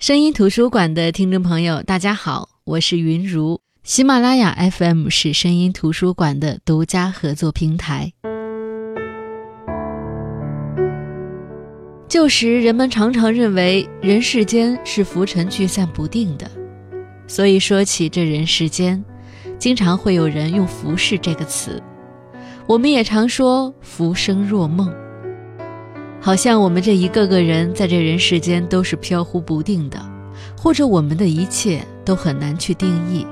声音图书馆的听众朋友大家好，我是云如，喜马拉雅 FM 是声音图书馆的独家合作平台。旧时人们常常认为人世间是浮沉聚散不定的，所以说起这人世间，经常会有人用浮世这个词。我们也常说浮生若梦，好像我们这一个个人在这人世间都是飘忽不定的，或者我们的一切都很难去定义。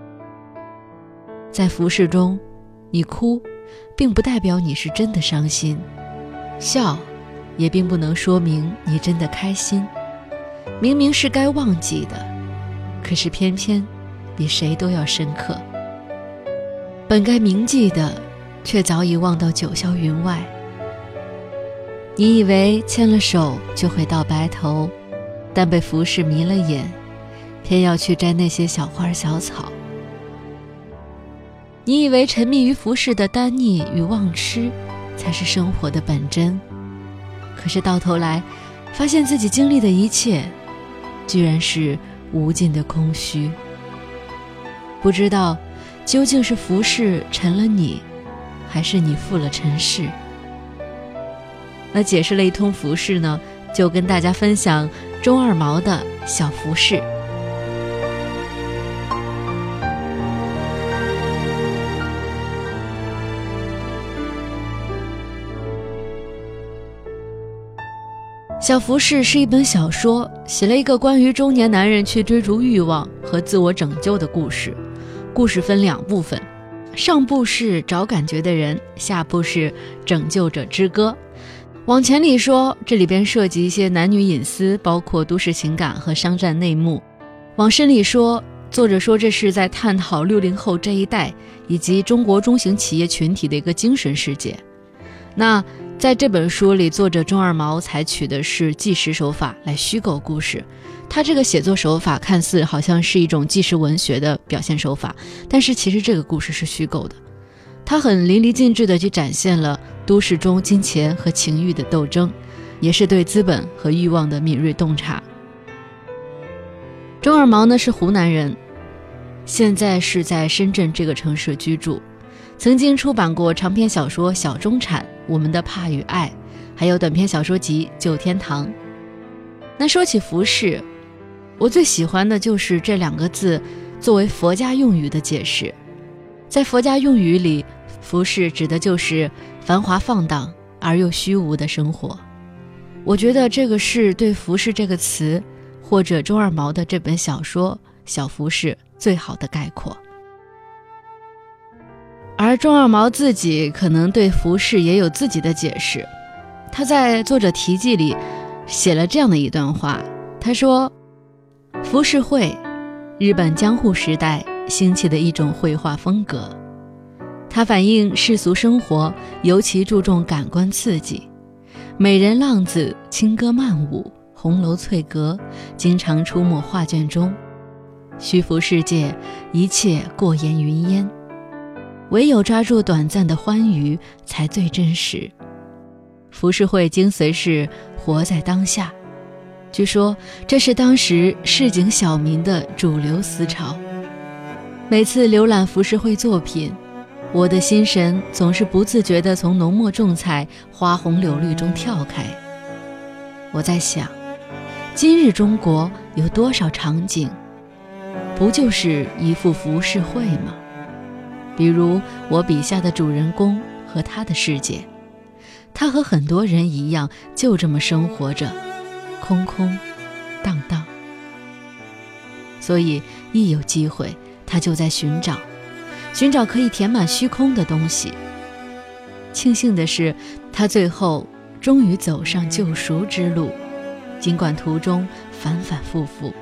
在浮世中，你哭并不代表你是真的伤心，笑也并不能说明你真的开心。明明是该忘记的，可是偏偏比谁都要深刻。本该铭记的，却早已忘到九霄云外。你以为牵了手就会到白头，但被浮世迷了眼，偏要去摘那些小花小草。你以为沉迷于浮世的单逆与忘痴才是生活的本真，可是到头来发现自己经历的一切居然是无尽的空虚。不知道究竟是浮世沉了你，还是你负了尘世。那解释了一通浮世呢，就跟大家分享钟二毛的小浮世。小浮世是一本小说，写了一个关于中年男人去追逐欲望和自我拯救的故事。故事分两部分，上部是找感觉的人，下部是拯救者之歌。往前里说，这里边涉及一些男女隐私，包括都市情感和商战内幕。往深里说，作者说这是在探讨60后这一代以及中国中型企业群体的一个精神世界。那在这本书里，作者钟二毛采取的是纪实手法来虚构故事。他这个写作手法看似好像是一种纪实文学的表现手法，但是其实这个故事是虚构的。他很淋漓尽致地去展现了都市中金钱和情欲的斗争，也是对资本和欲望的敏锐洞察。钟二毛呢是湖南人，现在是在深圳这个城市居住，曾经出版过长篇小说《小中产》、《我们的怕与爱》，还有短篇小说集《旧天堂》。那说起浮世，我最喜欢的就是这两个字作为佛家用语的解释。在佛家用语里，浮世指的就是繁华放荡而又虚无的生活。我觉得这个是对浮世这个词，或者钟二毛的这本小说《小浮世》最好的概括。而钟二毛自己可能对浮世也有自己的解释。他在作者题记里写了这样的一段话，他说，浮世绘，日本江户时代兴起的一种绘画风格，它反映世俗生活，尤其注重感官刺激。美人浪子，轻歌曼舞，红楼翠阁，经常出没画卷中。虚浮世界，一切过眼云烟，唯有抓住短暂的欢愉，才最真实。浮世绘精髓是活在当下，据说这是当时市井小民的主流思潮。每次浏览浮世绘作品，我的心神总是不自觉地从浓墨重彩、花红柳绿中跳开。我在想，今日中国有多少场景，不就是一幅浮世绘吗？比如我笔下的主人公和他的世界，他和很多人一样，就这么生活着，空空荡荡。所以一有机会，他就在寻找可以填满虚空的东西。庆幸的是，他最后终于走上救赎之路，尽管途中反反复复。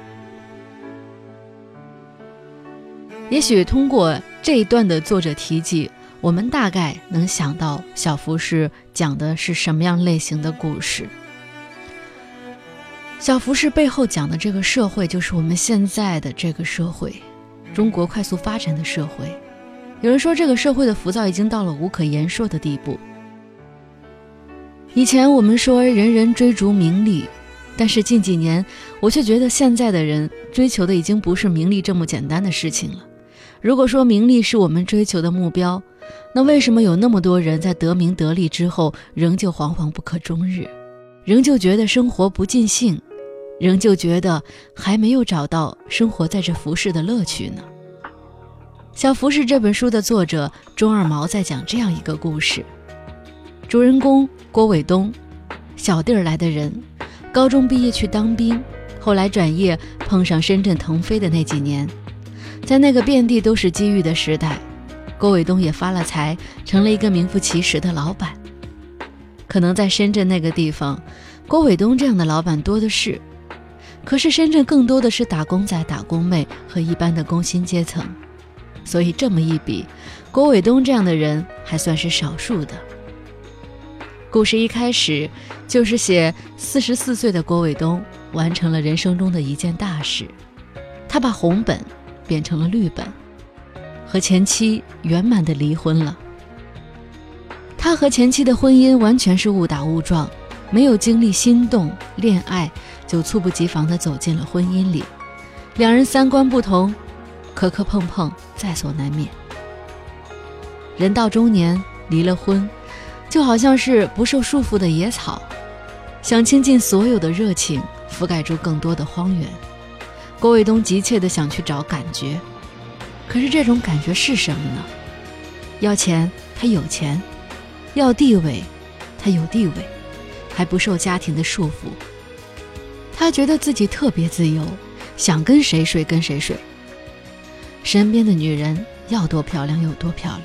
也许通过这一段的作者题记，我们大概能想到小浮世讲的是什么样类型的故事。小浮世背后讲的这个社会，就是我们现在的这个社会，中国快速发展的社会。有人说这个社会的浮躁已经到了无可言说的地步。以前我们说人人追逐名利， 但是近几年，我却觉得现在的人追求的已经不是名利这么简单的事情了。如果说名利是我们追求的目标，那为什么有那么多人在得名得利之后，仍旧惶惶不可终日，仍旧觉得生活不尽兴，仍旧觉得还没有找到生活在这浮世的乐趣呢？小浮世这本书的作者钟二毛在讲这样一个故事，主人公郭伟东，小地儿来的人，高中毕业去当兵，后来转业碰上深圳腾飞的那几年，在那个遍地都是机遇的时代，郭伟东也发了财，成了一个名副其实的老板。可能在深圳那个地方，郭伟东这样的老板多的是，可是深圳更多的是打工仔打工妹和一般的工薪阶层，所以这么一比，郭伟东这样的人还算是少数的。故事一开始就是写44岁的郭伟东完成了人生中的一件大事，他把红本变成了绿本，和前妻圆满地离婚了。他和前妻的婚姻完全是误打误撞，没有经历心动恋爱，就猝不及防地走进了婚姻里。两人三观不同，磕磕碰碰在所难免。人到中年离了婚，就好像是不受束缚的野草，想倾尽所有的热情，覆盖住更多的荒原。郭伟东急切地想去找感觉，可是这种感觉是什么呢？要钱，他有钱；要地位，他有地位，还不受家庭的束缚。他觉得自己特别自由，想跟谁睡跟谁睡。身边的女人要多漂亮有多漂亮。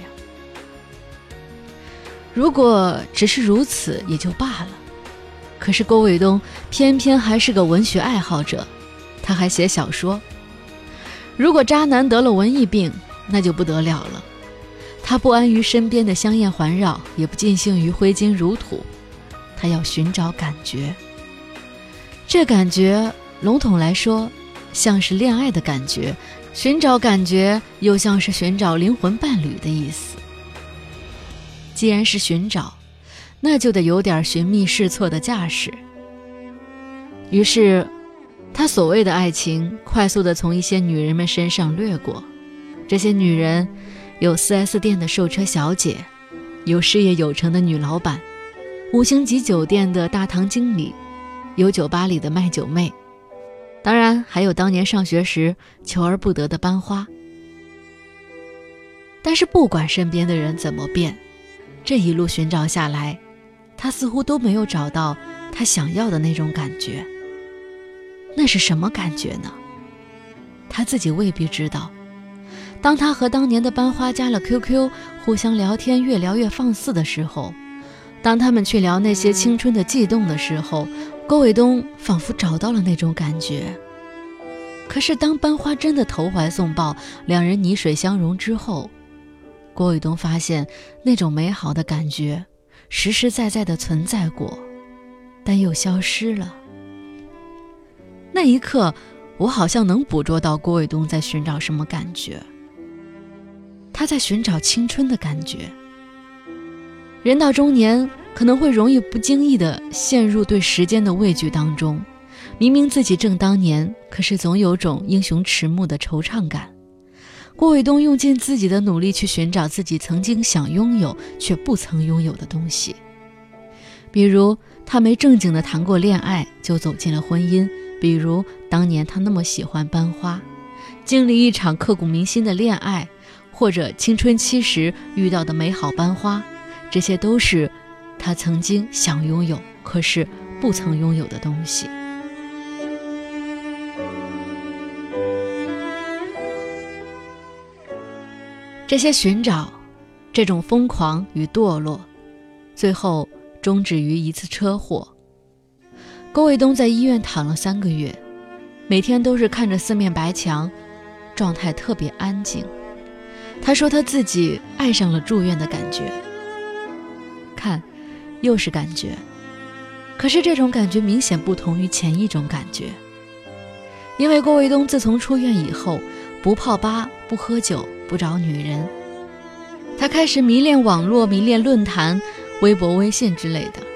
如果只是如此也就罢了，可是郭伟东偏偏还是个文学爱好者，他还写小说。如果渣男得了文艺病，那就不得了了。他不安于身边的香艳环绕，也不尽兴于挥金如土，他要寻找感觉。这感觉笼统来说像是恋爱的感觉，寻找感觉又像是寻找灵魂伴侣的意思。既然是寻找，那就得有点寻觅试错的架势。于是他所谓的爱情快速地从一些女人们身上掠过。这些女人有 4S 店的售车小姐，有事业有成的女老板，5星级酒店的大堂经理，有酒吧里的卖酒妹，当然还有当年上学时求而不得的班花。但是不管身边的人怎么变，这一路寻找下来，他似乎都没有找到他想要的那种感觉。那是什么感觉呢？他自己未必知道。当他和当年的班花加了 QQ， 互相聊天，越聊越放肆的时候，当他们去聊那些青春的悸动的时候，郭伟东仿佛找到了那种感觉。可是当班花真的投怀送抱，两人泥水相融之后，郭伟东发现那种美好的感觉实实在在的存在过，但又消失了。那一刻，我好像能捕捉到郭伟东在寻找什么感觉。他在寻找青春的感觉。人到中年，可能会容易不经意地陷入对时间的畏惧当中。明明自己正当年，可是总有种英雄迟暮的惆怅感。郭伟东用尽自己的努力去寻找自己曾经想拥有却不曾拥有的东西。比如他没正经地谈过恋爱就走进了婚姻，比如当年他那么喜欢班花，经历一场刻骨铭心的恋爱，或者青春期时遇到的美好班花，这些都是他曾经想拥有可是不曾拥有的东西。这些寻找，这种疯狂与堕落，最后终止于一次车祸。郭伟东在医院躺了3个月，每天都是看着4面白墙，状态特别安静。他说他自己爱上了住院的感觉。看，又是感觉，可是这种感觉明显不同于前一种感觉。因为郭伟东自从出院以后，不泡吧，不喝酒，不找女人，他开始迷恋网络，迷恋论坛、微博、微信之类的。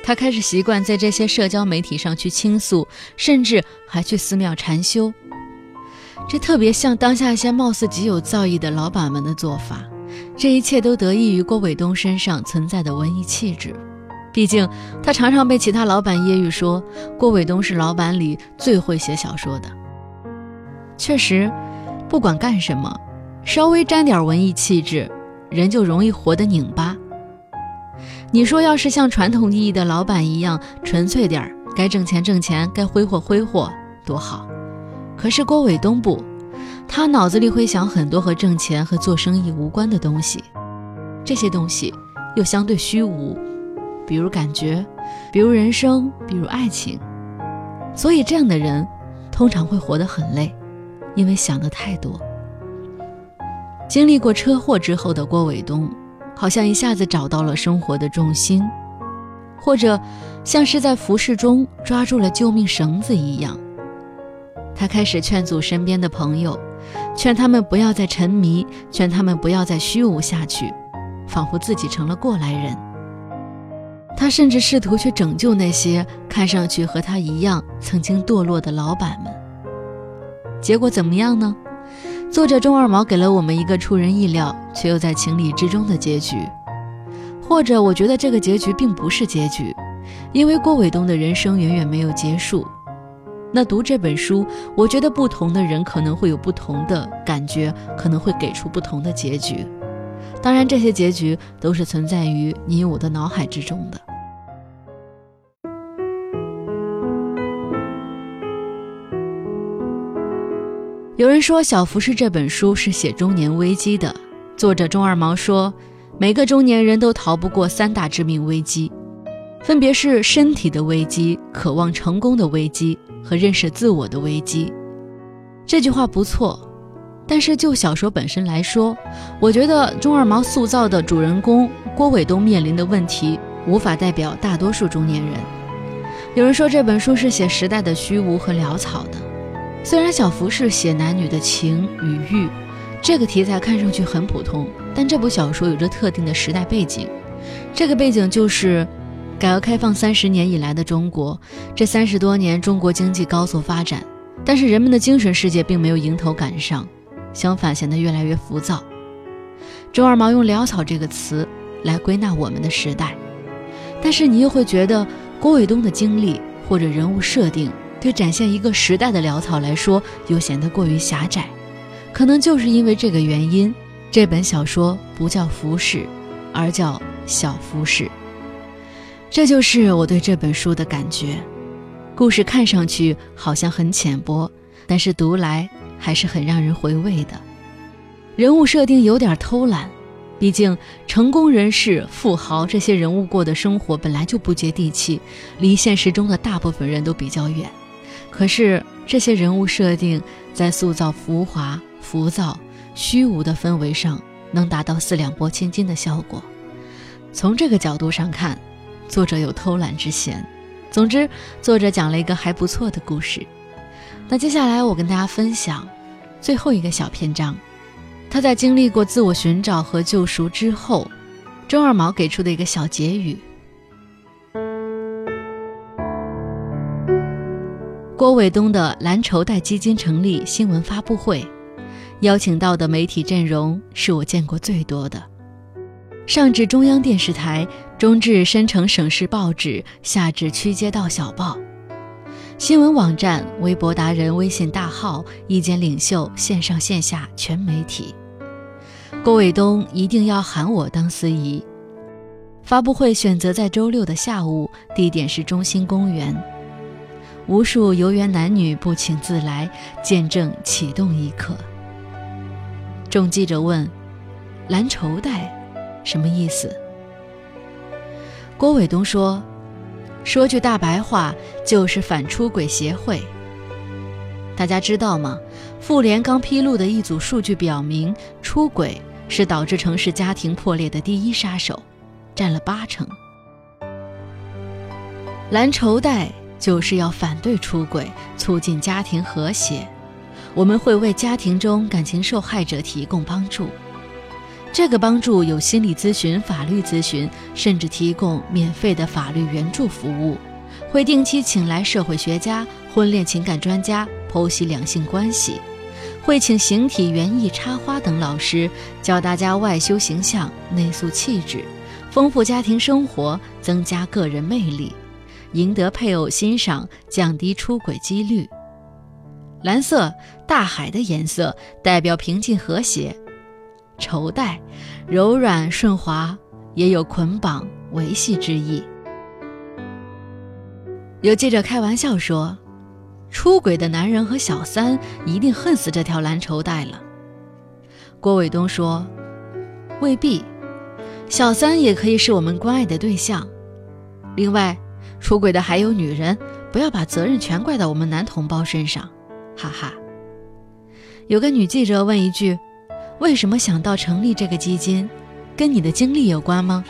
他开始习惯在这些社交媒体上去倾诉，甚至还去寺庙禅修。这特别像当下一些貌似极有造诣的老板们的做法，这一切都得益于郭伟东身上存在的文艺气质。毕竟他常常被其他老板揶揄说，郭伟东是老板里最会写小说的。确实，不管干什么，稍微沾点文艺气质，人就容易活得拧巴。你说要是像传统意义的老板一样纯粹点，该挣钱挣钱，该挥霍挥霍，多好。可是郭伟东不，他脑子里会想很多和挣钱和做生意无关的东西，这些东西又相对虚无，比如感觉，比如人生，比如爱情。所以这样的人通常会活得很累，因为想得太多。经历过车祸之后的郭伟东，好像一下子找到了生活的重心，或者像是在浮世中抓住了救命绳子一样。他开始劝阻身边的朋友，劝他们不要再沉迷，劝他们不要再虚无下去，仿佛自己成了过来人。他甚至试图去拯救那些看上去和他一样曾经堕落的老板们。结果怎么样呢？作者钟二毛给了我们一个出人意料却又在情理之中的结局。或者我觉得这个结局并不是结局，因为郭伟东的人生远远没有结束。那读这本书，我觉得不同的人可能会有不同的感觉，可能会给出不同的结局。当然这些结局都是存在于你我的脑海之中的。有人说小浮世这本书是写中年危机的，作者钟二毛说，每个中年人都逃不过3大致命危机，分别是身体的危机、渴望成功的危机和认识自我的危机。这句话不错，但是就小说本身来说，我觉得钟二毛塑造的主人公郭伟东面临的问题无法代表大多数中年人。有人说这本书是写时代的虚无和潦草的，虽然小浮世写男女的情与欲，这个题材看上去很普通，但这部小说有着特定的时代背景。这个背景就是改革开放30年以来的中国，这30多年中国经济高速发展，但是人们的精神世界并没有迎头赶上，相反显得越来越浮躁。钟二毛用潦草这个词来归纳我们的时代，但是你又会觉得郭伟东的经历或者人物设定对展现一个时代的潦草来说又显得过于狭窄。可能就是因为这个原因，这本小说不叫浮世，而叫小浮世。这就是我对这本书的感觉。故事看上去好像很浅薄，但是读来还是很让人回味的。人物设定有点偷懒，毕竟成功人士、富豪这些人物过的生活本来就不接地气，离现实中的大部分人都比较远。可是这些人物设定在塑造浮华、浮躁、虚无的氛围上能达到4两拨千斤的效果。从这个角度上看，作者有偷懒之嫌。总之，作者讲了一个还不错的故事。那接下来我跟大家分享最后一个小篇章，他在经历过自我寻找和救赎之后，钟二毛给出的一个小结语。郭伟东的蓝筹贷基金成立新闻发布会，邀请到的媒体阵容是我见过最多的，上至中央电视台，中至深城省市报纸，下至区街道小报，新闻网站、微博达人、微信大号、意见领袖，线上线下全媒体。郭伟东一定要喊我当司仪。发布会选择在周6的下午，地点是中心公园。无数游园男女不请自来，见证启动一刻。众记者问：蓝绸带什么意思？郭伟东说句大白话，就是反出轨协会。大家知道吗？妇联刚披露的一组数据表明，出轨是导致城市家庭破裂的第一杀手，占了80%。蓝绸带就是要反对出轨，促进家庭和谐。我们会为家庭中感情受害者提供帮助。 这个帮助有心理咨询、法律咨询，甚至提供免费的法律援助服务，会定期请来社会学家、婚恋情感专家剖析两性关系，会请形体、园艺、插花等老师教大家外修形象、内塑气质，丰富家庭生活，增加个人魅力，赢得配偶欣赏，降低出轨几率。蓝色，大海的颜色，代表平静和谐。绸带，柔软顺滑，也有捆绑维系之意。有记者开玩笑说，出轨的男人和小三一定恨死这条蓝绸带了。郭伟东说，未必，小三也可以是我们关爱的对象。另外，出轨的还有女人，不要把责任全怪到我们男同胞身上，哈哈。有个女记者问一句，为什么想到成立这个基金，跟你的经历有关吗？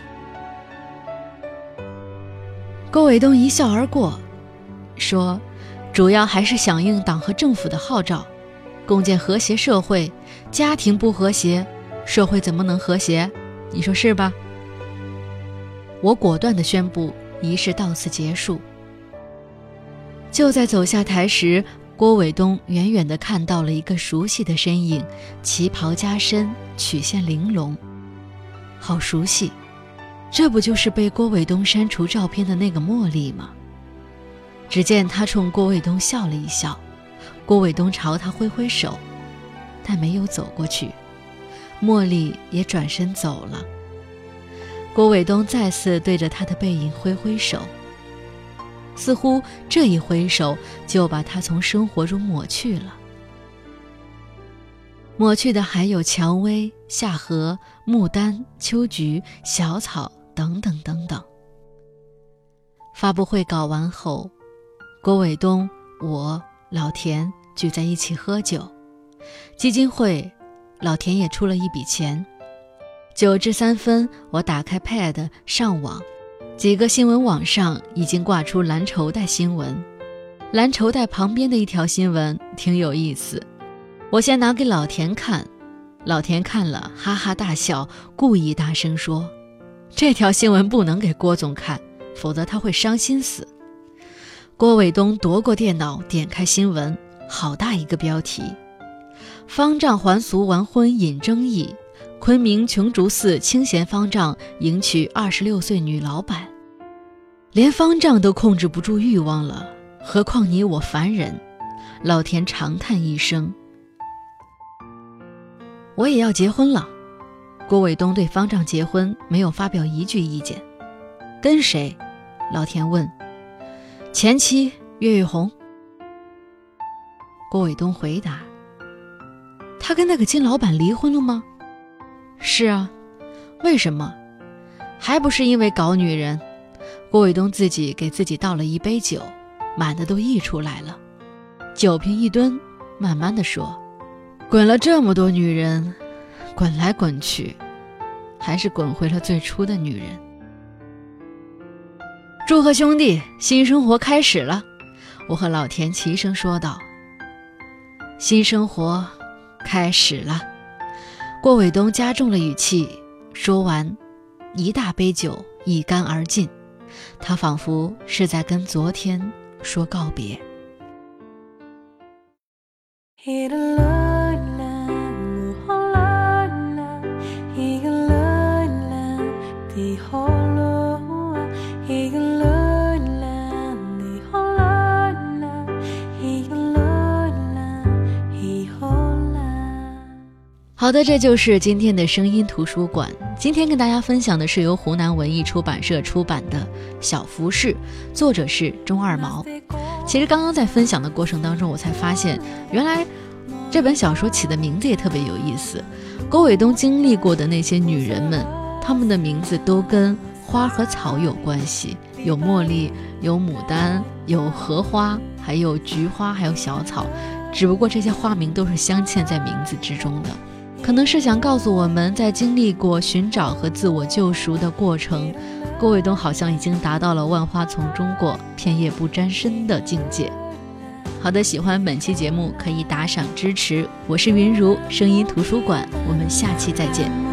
郭伟东一笑而过，说主要还是响应党和政府的号召，共建和谐社会，家庭不和谐，社会怎么能和谐？你说是吧？我果断地宣布，仪式到此结束。就在走下台时，郭伟东远远地看到了一个熟悉的身影，旗袍加身，曲线玲珑，好熟悉，这不就是被郭伟东删除照片的那个茉莉吗？只见他冲郭伟东笑了一笑，郭伟东朝他挥挥手，但没有走过去，茉莉也转身走了。郭伟东再次对着他的背影挥挥手，似乎这一挥手就把他从生活中抹去了。抹去的还有蔷薇、夏荷、牡丹、秋菊、小草等等等等。发布会搞完后，郭伟东、我、老田聚在一起喝酒，基金会老田也出了一笔钱。9至3分，我打开 Pad 上网，几个新闻网上已经挂出蓝绸带新闻。蓝绸带旁边的一条新闻挺有意思，我先拿给老田看，老田看了哈哈大笑，故意大声说，这条新闻不能给郭总看，否则他会伤心死。郭伟东夺过电脑，点开新闻，好大一个标题，方丈还俗完婚引争议，昆明琼竹寺清闲方丈迎娶26岁女老板。连方丈都控制不住欲望了，何况你我凡人。老田长叹一声，我也要结婚了。郭伟东对方丈结婚没有发表一句意见。跟谁？老田问。前妻岳玉红。郭伟东回答，他跟那个金老板离婚了吗？是啊。为什么？还不是因为搞女人。郭伟东自己给自己倒了一杯酒，满的都溢出来了，酒瓶一蹲，慢慢地说，滚了这么多女人，滚来滚去，还是滚回了最初的女人。祝贺兄弟，新生活开始了，我和老田齐声说道。新生活开始了。郭伟东加重了语气，说完，一大杯酒一干而尽，他仿佛是在跟昨天说告别。好的，这就是今天的声音图书馆。今天跟大家分享的是由湖南文艺出版社出版的《小服饰》，作者是钟二毛。其实刚刚在分享的过程当中，我才发现原来这本小说起的名字也特别有意思。郭伟东经历过的那些女人们，她们的名字都跟花和草有关系，有茉莉，有牡丹，有荷花，还有菊花，还有小草，只不过这些花名都是镶嵌在名字之中的。可能是想告诉我们，在经历过寻找和自我救赎的过程，郭伟东好像已经达到了万花丛中过，片叶不沾身的境界。好的，喜欢本期节目可以打赏支持，我是云如，声音图书馆，我们下期再见。